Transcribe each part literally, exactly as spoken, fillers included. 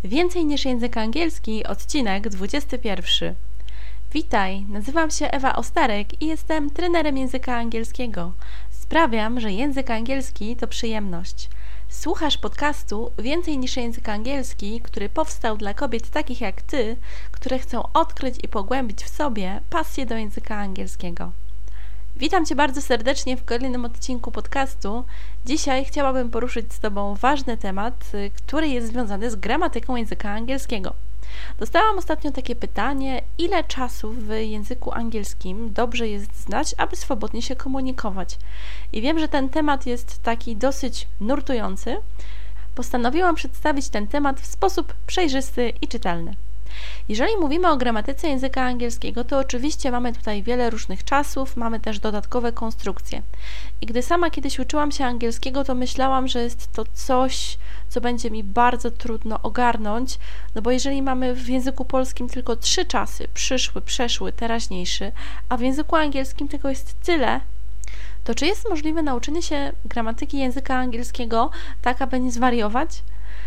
Więcej niż język angielski, odcinek dwudziesty pierwszy. Witaj, nazywam się Ewa Ostarek i jestem trenerem języka angielskiego. Sprawiam, że język angielski to przyjemność. Słuchasz podcastu Więcej niż język angielski, który powstał dla kobiet takich jak Ty, które chcą odkryć i pogłębić w sobie pasję do języka angielskiego. Witam Cię bardzo serdecznie w kolejnym odcinku podcastu. Dzisiaj chciałabym poruszyć z Tobą ważny temat, który jest związany z gramatyką języka angielskiego. Dostałam ostatnio takie pytanie, ile czasu w języku angielskim dobrze jest znać, aby swobodnie się komunikować. I wiem, że ten temat jest taki dosyć nurtujący. Postanowiłam przedstawić ten temat w sposób przejrzysty i czytelny. Jeżeli mówimy o gramatyce języka angielskiego, to oczywiście mamy tutaj wiele różnych czasów, mamy też dodatkowe konstrukcje. I gdy sama kiedyś uczyłam się angielskiego, to myślałam, że jest to coś, co będzie mi bardzo trudno ogarnąć, no bo jeżeli mamy w języku polskim tylko trzy czasy, przyszły, przeszły, teraźniejszy, a w języku angielskim tego jest tyle, to czy jest możliwe nauczenie się gramatyki języka angielskiego tak, aby nie zwariować?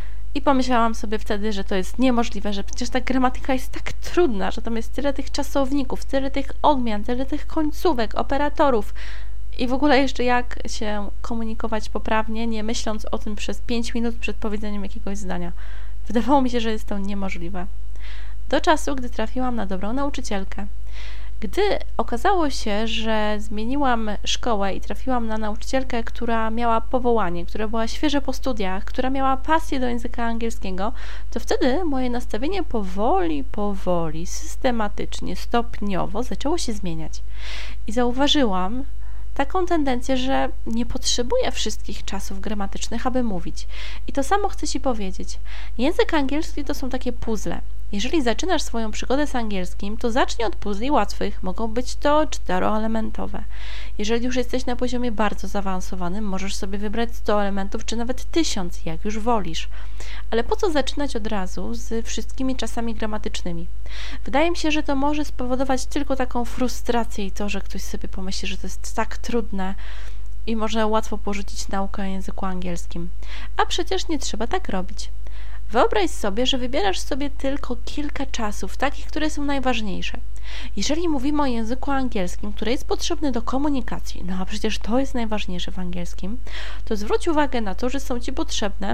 I pomyślałam sobie wtedy, że to jest niemożliwe, że przecież ta gramatyka jest tak trudna, że tam jest tyle tych czasowników, tyle tych odmian, tyle tych końcówek, operatorów i w ogóle jeszcze jak się komunikować poprawnie, nie myśląc o tym przez pięć minut przed powiedzeniem jakiegoś zdania. Wydawało mi się, że jest to niemożliwe. Do czasu, gdy trafiłam na dobrą nauczycielkę. Gdy okazało się, że zmieniłam szkołę i trafiłam na nauczycielkę, która miała powołanie, która była świeżo po studiach, która miała pasję do języka angielskiego, to wtedy moje nastawienie powoli, powoli, systematycznie, stopniowo zaczęło się zmieniać. I zauważyłam taką tendencję, że nie potrzebuję wszystkich czasów gramatycznych, aby mówić. I to samo chcę Ci powiedzieć. Język angielski to są takie puzzle. Jeżeli zaczynasz swoją przygodę z angielskim, to zacznij od puzli łatwych, mogą być to czteroelementowe. Jeżeli już jesteś na poziomie bardzo zaawansowanym, możesz sobie wybrać sto elementów, czy nawet tysiąc, jak już wolisz. Ale po co zaczynać od razu z wszystkimi czasami gramatycznymi? Wydaje mi się, że to może spowodować tylko taką frustrację i to, że ktoś sobie pomyśli, że to jest tak trudne i może łatwo porzucić naukę o języku angielskim. A przecież nie trzeba tak robić. Wyobraź sobie, że wybierasz sobie tylko kilka czasów, takich, które są najważniejsze. Jeżeli mówimy o języku angielskim, który jest potrzebny do komunikacji, no a przecież to jest najważniejsze w angielskim, to zwróć uwagę na to, że są Ci potrzebne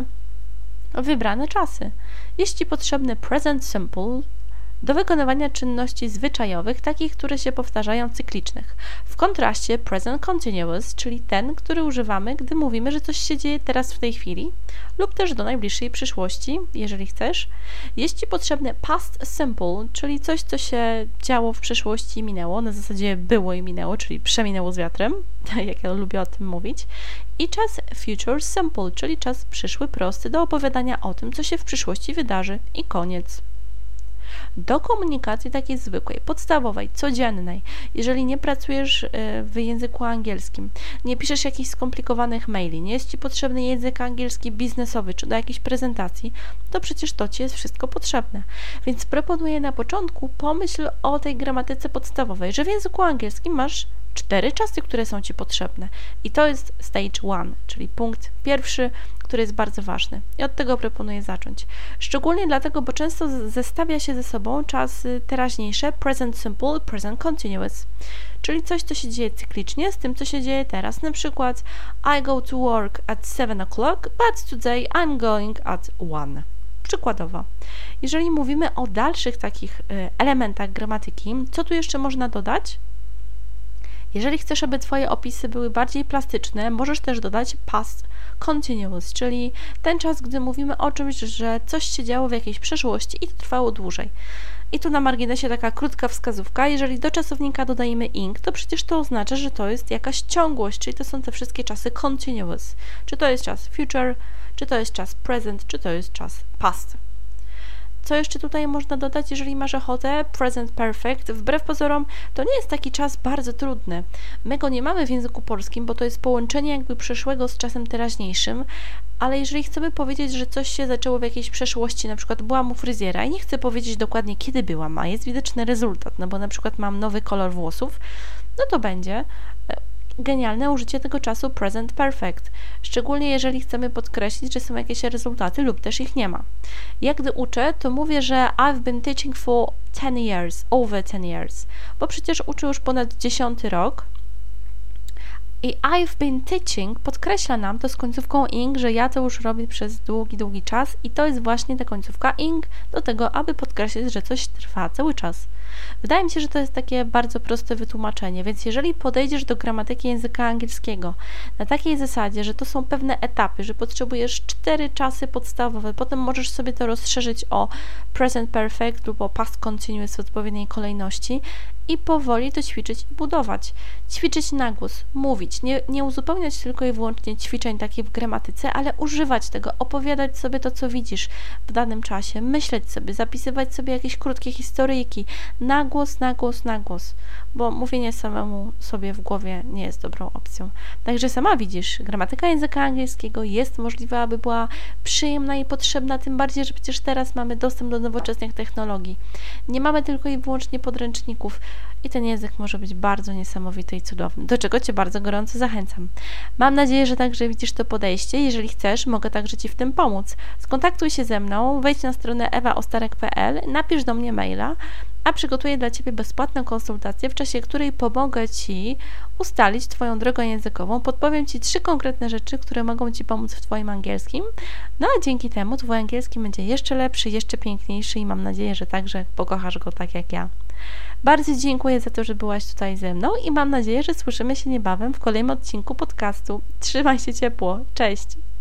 wybrane czasy. Jest Ci potrzebny present simple do wykonywania czynności zwyczajowych, takich, które się powtarzają, cyklicznych. W kontraście present continuous, czyli ten, który używamy, gdy mówimy, że coś się dzieje teraz w tej chwili lub też do najbliższej przyszłości, jeżeli chcesz. Jest Ci potrzebny past simple, czyli coś, co się działo w przeszłości i minęło, na zasadzie było i minęło, czyli przeminęło z wiatrem, jak ja lubię o tym mówić. I czas future simple, czyli czas przyszły prosty do opowiadania o tym, co się w przyszłości wydarzy i koniec. Do komunikacji takiej zwykłej, podstawowej, codziennej, jeżeli nie pracujesz w języku angielskim, nie piszesz jakichś skomplikowanych maili, nie jest Ci potrzebny język angielski biznesowy czy do jakiejś prezentacji, to przecież to Ci jest wszystko potrzebne. Więc proponuję na początku pomyśl o tej gramatyce podstawowej, że w języku angielskim masz cztery czasy, które są Ci potrzebne. I to jest stage one, czyli punkt pierwszy, który jest bardzo ważny. I od tego proponuję zacząć. Szczególnie dlatego, bo często zestawia się ze sobą czasy teraźniejsze, present simple, present continuous, czyli coś, co się dzieje cyklicznie z tym, co się dzieje teraz. Na przykład I go to work at seven o'clock, but today I'm going at one. Przykładowo. Jeżeli mówimy o dalszych takich elementach gramatyki, co tu jeszcze można dodać? Jeżeli chcesz, aby Twoje opisy były bardziej plastyczne, możesz też dodać past continuous, czyli ten czas, gdy mówimy o czymś, że coś się działo w jakiejś przeszłości i to trwało dłużej. I tu na marginesie taka krótka wskazówka, jeżeli do czasownika dodajemy ing, to przecież to oznacza, że to jest jakaś ciągłość, czyli to są te wszystkie czasy continuous. Czy to jest czas future, czy to jest czas present, czy to jest czas past. Co jeszcze tutaj można dodać, jeżeli masz ochotę? Present perfect. Wbrew pozorom to nie jest taki czas bardzo trudny. My go nie mamy w języku polskim, bo to jest połączenie jakby przeszłego z czasem teraźniejszym, ale jeżeli chcemy powiedzieć, że coś się zaczęło w jakiejś przeszłości, na przykład byłam u fryzjera i nie chcę powiedzieć dokładnie kiedy byłam, a jest widoczny rezultat, no bo na przykład mam nowy kolor włosów, no to będzie genialne użycie tego czasu present perfect, szczególnie jeżeli chcemy podkreślić, że są jakieś rezultaty lub też ich nie ma. Ja gdy uczę, to mówię, że I've been teaching for ten years, over ten years, bo przecież uczę już ponad dziesiąty rok. I I've been teaching podkreśla nam to z końcówką ing, że ja to już robię przez długi, długi czas i to jest właśnie ta końcówka ing do tego, aby podkreślić, że coś trwa cały czas. Wydaje mi się, że to jest takie bardzo proste wytłumaczenie, więc jeżeli podejdziesz do gramatyki języka angielskiego na takiej zasadzie, że to są pewne etapy, że potrzebujesz cztery czasy podstawowe, potem możesz sobie to rozszerzyć o present perfect lub o past continuous w odpowiedniej kolejności i powoli to ćwiczyć i budować. Ćwiczyć na głos, mówić, nie, nie uzupełniać tylko i wyłącznie ćwiczeń takich w gramatyce, ale używać tego, opowiadać sobie to, co widzisz w danym czasie, myśleć sobie, zapisywać sobie jakieś krótkie historyjki, na głos, na głos, na głos, bo mówienie samemu sobie w głowie nie jest dobrą opcją. Także sama widzisz, gramatyka języka angielskiego jest możliwa, aby była przyjemna i potrzebna, tym bardziej, że przecież teraz mamy dostęp do nowoczesnych technologii. Nie mamy tylko i wyłącznie podręczników i ten język może być bardzo niesamowity i cudowny, do czego Cię bardzo gorąco zachęcam. Mam nadzieję, że także widzisz to podejście. Jeżeli chcesz, mogę także Ci w tym pomóc. Skontaktuj się ze mną, wejdź na stronę ewa ostarek kropka p l, napisz do mnie maila, a przygotuję dla Ciebie bezpłatną konsultację, w czasie której pomogę Ci ustalić Twoją drogę językową, podpowiem Ci trzy konkretne rzeczy, które mogą Ci pomóc w Twoim angielskim, no a dzięki temu Twój angielski będzie jeszcze lepszy, jeszcze piękniejszy i mam nadzieję, że także pokochasz go tak jak ja. Bardzo dziękuję za to, że byłaś tutaj ze mną i mam nadzieję, że słyszymy się niebawem w kolejnym odcinku podcastu. Trzymaj się ciepło. Cześć!